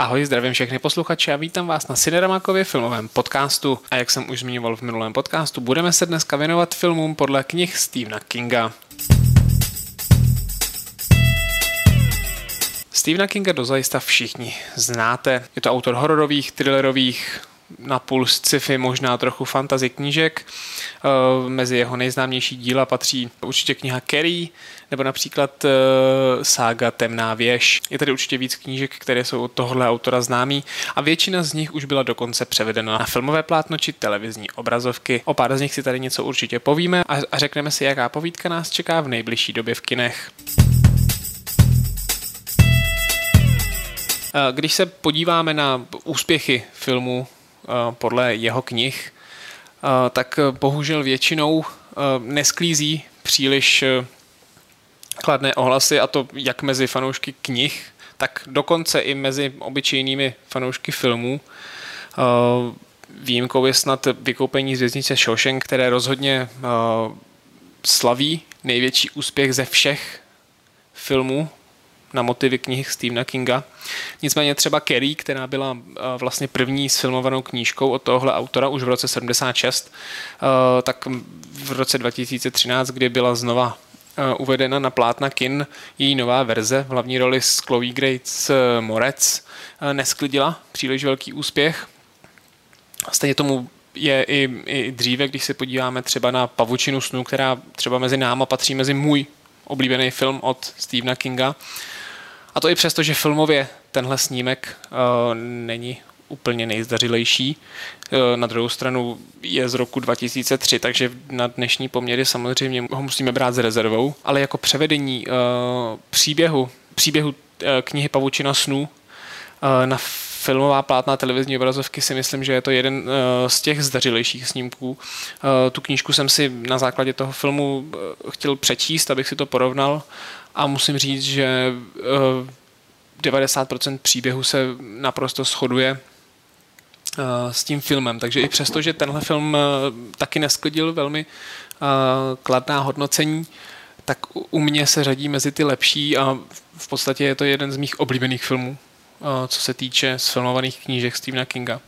Ahoj, zdravím všechny posluchače a vítám vás na Cineramakově filmovém podcastu. A jak jsem už zmiňoval v minulém podcastu, budeme se dneska věnovat filmům podle knih Stephena Kinga. Stephena Kinga dozajista všichni znáte. Je to autor hororových, thrillerových, napůl sci-fi, možná trochu fantasy knížek. Mezi jeho nejznámější díla patří určitě kniha Carrie, nebo například sága Temná věž. Je tady určitě víc knížek, které jsou od tohohle autora známý a většina z nich už byla dokonce převedena na filmové plátno či televizní obrazovky. O pár z nich si tady něco určitě povíme a řekneme si, jaká povídka nás čeká v nejbližší době v kinech. Když se podíváme na úspěchy filmu podle jeho knih, tak bohužel většinou nesklízí příliš kladné ohlasy, a to jak mezi fanoušky knih, tak dokonce i mezi obyčejnými fanoušky filmů. Výjimkou je snad Vykoupení z věznice Shawshank, které rozhodně slaví největší úspěch ze všech filmů na motivy knih Stephena Kinga. Nicméně třeba Carrie, která byla vlastně první sfilmovanou knížkou od tohohle autora už v roce 76, tak v roce 2013, kdy byla znova uvedena na plátna kin její nová verze v hlavní roli s Chloe Grace Moretz, nesklidila příliš velký úspěch. Stejně tomu je i dříve, když se podíváme třeba na Pavučinu snů, která třeba mezi náma patří mezi můj oblíbený film od Stephena Kinga. A to i přesto, že filmově tenhle snímek není úplně nejzdařilejší. Na druhou stranu je z roku 2003, takže na dnešní poměry samozřejmě ho musíme brát s rezervou. Ale jako převedení příběhu knihy Pavučina snů na filmová plátna televizní obrazovky si myslím, že je to jeden z těch zdařilejších snímků. Tu knížku jsem si na základě toho filmu chtěl přečíst, abych si to porovnal, a musím říct, že 90% příběhu se naprosto shoduje s tím filmem. Takže i přesto, že tenhle film taky nesklidil velmi kladná hodnocení, tak u mě se řadí mezi ty lepší a v podstatě je to jeden z mých oblíbených filmů, co se týče sfilmovaných knížek Stephena Kinga.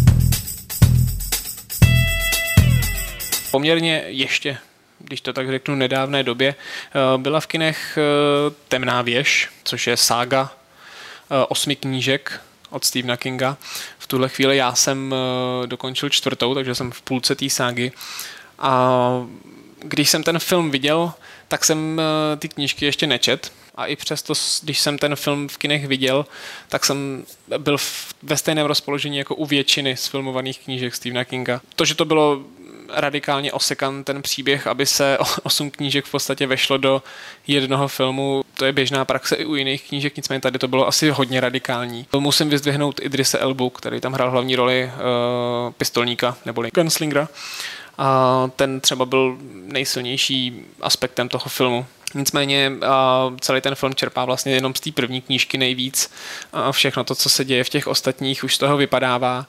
Poměrně ještě, když to tak řeknu, nedávné době, byla v kinech Temná věž, což je sága 8 knížek od Stephena Kinga. V tuhle chvíli já jsem dokončil 4., takže jsem v půlce té ságy. A když jsem ten film viděl, tak jsem ty knížky ještě nečet. A i přesto, když jsem ten film v kinech viděl, tak jsem byl ve stejném rozpoložení jako u většiny z filmovaných knížek Stephena Kinga. To, že to bylo radikálně osekan ten příběh, aby se 8 knížek v podstatě vešlo do jednoho filmu, to je běžná praxe i u jiných knížek, nicméně tady to bylo asi hodně radikální. Musím vyzdvihnout Idrise Elbu, který tam hrál hlavní roli pistolníka neboli gunslingera. A ten třeba byl nejsilnější aspektem toho filmu. Nicméně celý ten film čerpá vlastně jenom z té první knížky nejvíc. Všechno to, co se děje v těch ostatních, už z toho vypadává.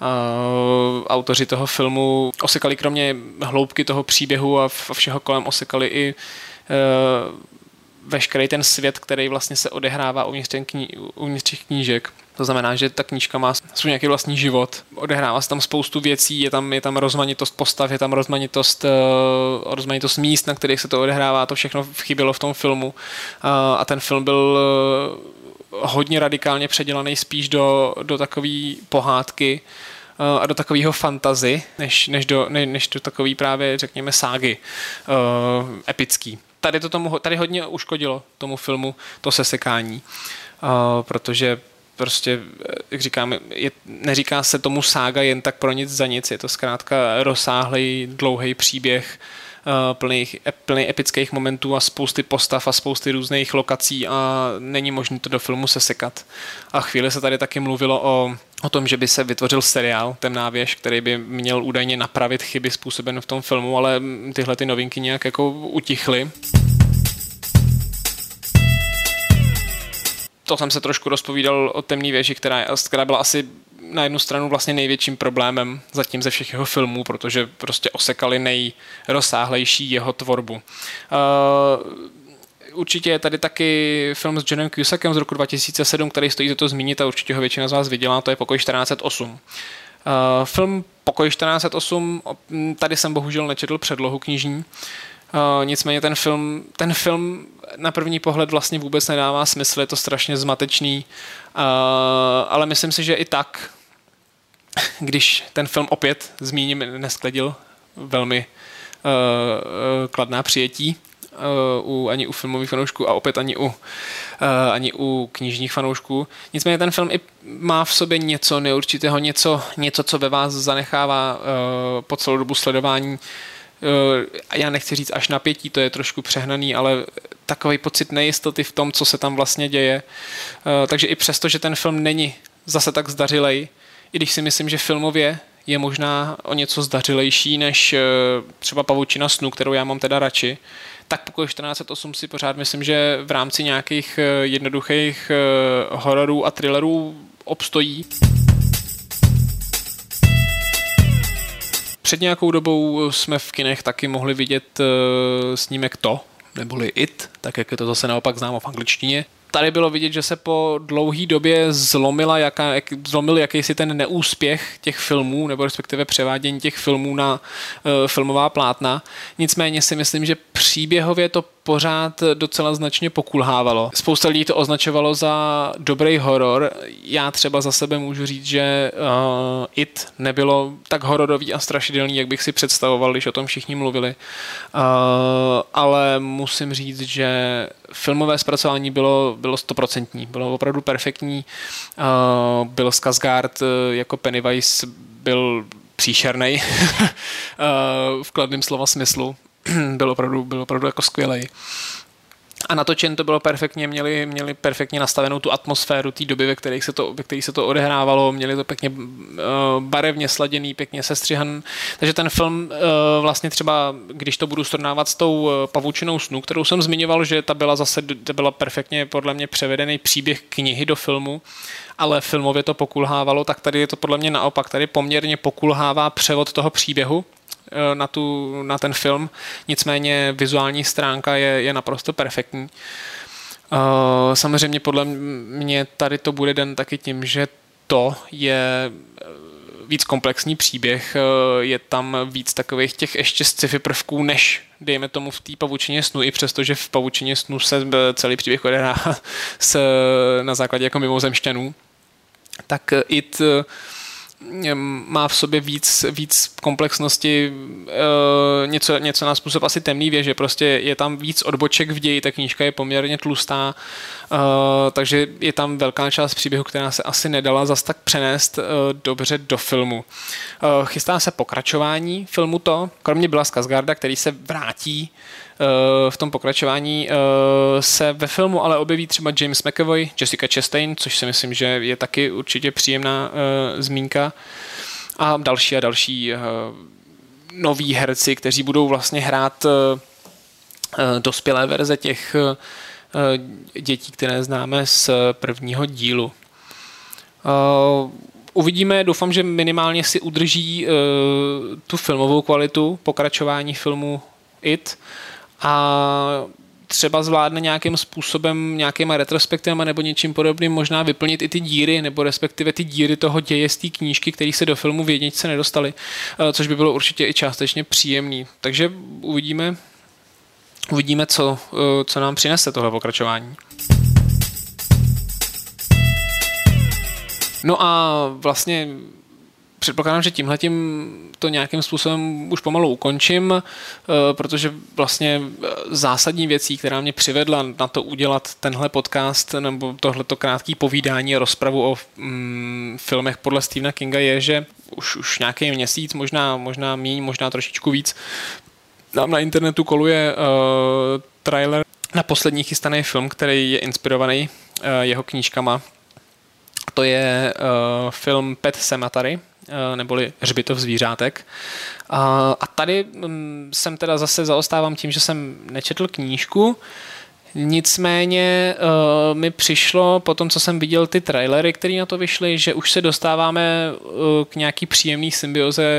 Autoři toho filmu osekali kromě hloubky toho příběhu a všeho kolem osekali i veškerý ten svět, který vlastně se odehrává uvnitř těch knížek. To znamená, že ta knížka má svůj nějaký vlastní život. Odehrává se tam spoustu věcí, je tam rozmanitost postav, je tam rozmanitost míst, na kterých se to odehrává, to všechno chybělo v tom filmu. A ten film byl hodně radikálně předělaný spíš do takové pohádky a do takového fantasy, než do takové právě, řekněme, ságy epický. Tady hodně uškodilo tomu filmu to sesekání, protože prostě, jak říkáme, neříká se tomu sága jen tak pro nic za nic, je to zkrátka rozsáhlý, dlouhý příběh, plný epických momentů a spousty postav a spousty různých lokací a není možné to do filmu sesekat. A chvíli se tady taky mluvilo o tom, že by se vytvořil seriál Temná věž, který by měl údajně napravit chyby způsobené v tom filmu, ale tyhle ty novinky nějak jako utichly. To jsem se trošku rozpovídal o Temné věži, která byla asi na jednu stranu vlastně největším problémem zatím ze všech jeho filmů, protože prostě osekali nejrozsáhlejší jeho tvorbu. určitě je tady taky film s Johnem Cusackem z roku 2007, který stojí za to zmínit a určitě ho většina z vás viděla, to je Pokoj 1408. Film Pokoj 1408, tady jsem bohužel nečetl předlohu knižní, nicméně ten film na první pohled vlastně vůbec nedává smysl, je to strašně zmatečný, ale myslím si, že i tak, když ten film opět zmíním, neskladil velmi kladná přijetí ani u filmových fanoušků a opět ani u knižních fanoušků. Nicméně ten film i má v sobě něco neurčitého, něco, co ve vás zanechává po celou dobu sledování. Já nechci říct až napětí, to je trošku přehnaný, ale takový pocit nejistoty v tom, co se tam vlastně děje. Takže i přesto, že ten film není zase tak zdařilej, i když si myslím, že filmově je možná o něco zdařilejší než třeba Pavučina snů, kterou já mám teda radši, tak Pokoj 1408 si pořád myslím, že v rámci nějakých jednoduchých hororů a thrillerů obstojí. Před nějakou dobou jsme v kinech taky mohli vidět snímek To, neboli It, tak jak je to zase naopak známo v angličtině. Tady bylo vidět, že se po dlouhé době zlomil jakýsi ten neúspěch těch filmů, nebo respektive převádění těch filmů na filmová plátna. Nicméně si myslím, že příběhově to pořád docela značně pokulhávalo. Spousta lidí to označovalo za dobrý horor. Já třeba za sebe můžu říct, že It nebylo tak hororový a strašidelný, jak bych si představoval, když o tom všichni mluvili. Ale musím říct, že filmové zpracování bylo 100%. Bylo opravdu perfektní. Bill Skarsgård jako Pennywise byl příšernej v kladném slova smyslu. Byl opravdu jako skvělej. A natočen to bylo perfektně, měli perfektně nastavenou tu atmosféru té doby, ve které se to odehrávalo, měli to pěkně barevně sladěný, pěkně sestřihan. Takže ten film vlastně třeba, když to budu srovnávat s tou Pavučinou snů, kterou jsem zmiňoval, že ta byla perfektně podle mě převedený příběh knihy do filmu, ale filmově to pokulhávalo, tak tady je to podle mě naopak. Tady poměrně pokulhává převod toho příběhu na ten film, nicméně vizuální stránka je naprosto perfektní. Samozřejmě podle mě tady to bude den taky tím, že to je víc komplexní příběh, je tam víc takových těch ještě sci-fi prvků, než dejme tomu v té Pavučině snů, i přesto, že v Pavučině snů se celý příběh odehrává na základě jako mimozemšťanů, tak It má v sobě víc komplexnosti, něco na způsob asi temný věže, prostě je tam víc odboček v ději, ta knížka je poměrně tlustá, takže je tam velká část příběhu, která se asi nedala zas tak přenést dobře do filmu. Chystá se pokračování filmu To, kromě Billa Skarsgårda, který se vrátí v tom pokračování, se ve filmu ale objeví třeba James McAvoy, Jessica Chastain, což si myslím, že je taky určitě příjemná zmínka, a další noví herci, kteří budou vlastně hrát dospělé verze těch dětí, které známe z prvního dílu. Uvidíme, doufám, že minimálně si udrží tu filmovou kvalitu pokračování filmu It a třeba zvládne nějakým způsobem, nějakýma retrospektivama nebo něčím podobným možná vyplnit i ty díry, nebo respektive ty díry toho děje z té knížky, které se do filmu v jedničce nedostaly, což by bylo určitě i částečně příjemný. Takže uvidíme, co nám přinese tohle pokračování. No a vlastně předpokládám, že tímhletím to nějakým způsobem už pomalu ukončím, protože vlastně zásadní věcí, která mě přivedla na to udělat tenhle podcast nebo tohleto krátké povídání a rozpravu o filmech podle Stephena Kinga je, že už nějaký měsíc, možná míň, možná trošičku víc, nám na internetu koluje trailer na poslední chystaný film, který je inspirovaný jeho knížkama. To je film Pet Sematary, neboli Hřbitov zvířátek. A tady jsem teda zase zaostávám tím, že jsem nečetl knížku, nicméně mi přišlo po tom, co jsem viděl ty trailery, které na to vyšly, že už se dostáváme k nějaký příjemný symbioze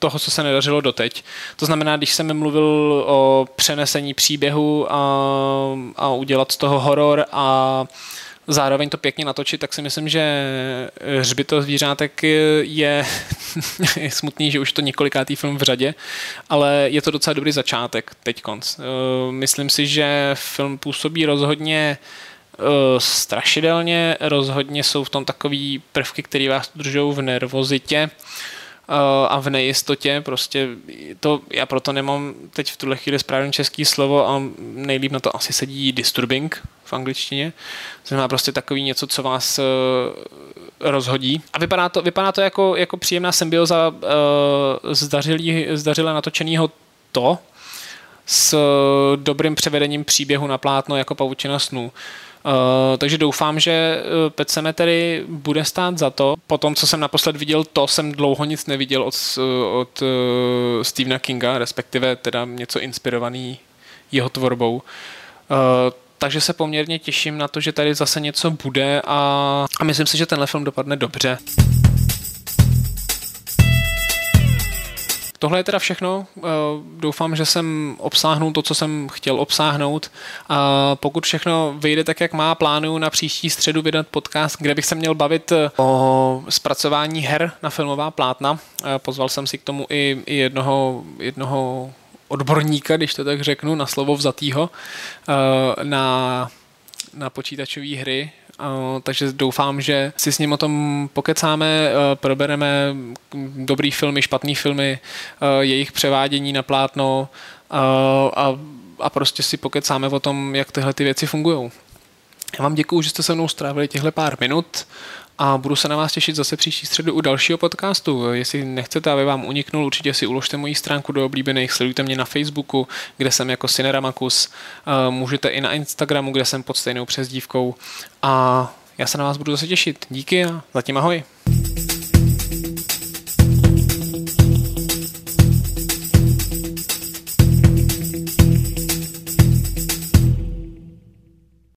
toho, co se nedařilo doteď. To znamená, když jsem mluvil o přenesení příběhu a udělat z toho horor a zároveň to pěkně natočit, tak si myslím, že Hřbitov zvířátek je smutný, že už to několikátý film v řadě, ale je to docela dobrý začátek teďkonc. Myslím si, že film působí rozhodně strašidelně, rozhodně jsou v tom takový prvky, které vás držou v nervozitě a v nejistotě, prostě to, já proto nemám teď v tuhle chvíli správně český slovo a nejlíp na to asi sedí disturbing v angličtině. Znamená prostě takový něco, co vás rozhodí. A vypadá to jako příjemná symbioza zdařile natočenýho to s dobrým převedením příběhu na plátno jako Pavučina snů. Takže doufám, že Pet Sematary bude stát za to. Po tom, co jsem naposled viděl, to jsem dlouho nic neviděl od Stephena Kinga, respektive teda něco inspirovaný jeho tvorbou. Takže se poměrně těším na to, že tady zase něco bude a myslím si, že tenhle film dopadne dobře. Tohle je teda všechno. Doufám, že jsem obsáhnul to, co jsem chtěl obsáhnout. A pokud všechno vyjde tak, jak má, plánuju na příští středu vydat podcast, kde bych se měl bavit o zpracování her na filmová plátna. Pozval jsem si k tomu i jednoho odborníka, když to tak řeknu, na slovo vzatýho, na počítačové hry. Takže doufám, že si s ním o tom pokecáme, probereme dobrý filmy, špatný filmy, jejich převádění na plátno a prostě si pokecáme o tom, jak tyhle ty věci fungují. Já vám děkuju, že jste se mnou strávili těchto pár minut a budu se na vás těšit zase příští středu u dalšího podcastu. Jestli nechcete, aby vám uniknul, určitě si uložte moji stránku do oblíbených, sledujte mě na Facebooku, kde jsem jako Cineramakus, můžete i na Instagramu, kde jsem pod stejnou přezdívkou a já se na vás budu zase těšit. Díky a zatím ahoj.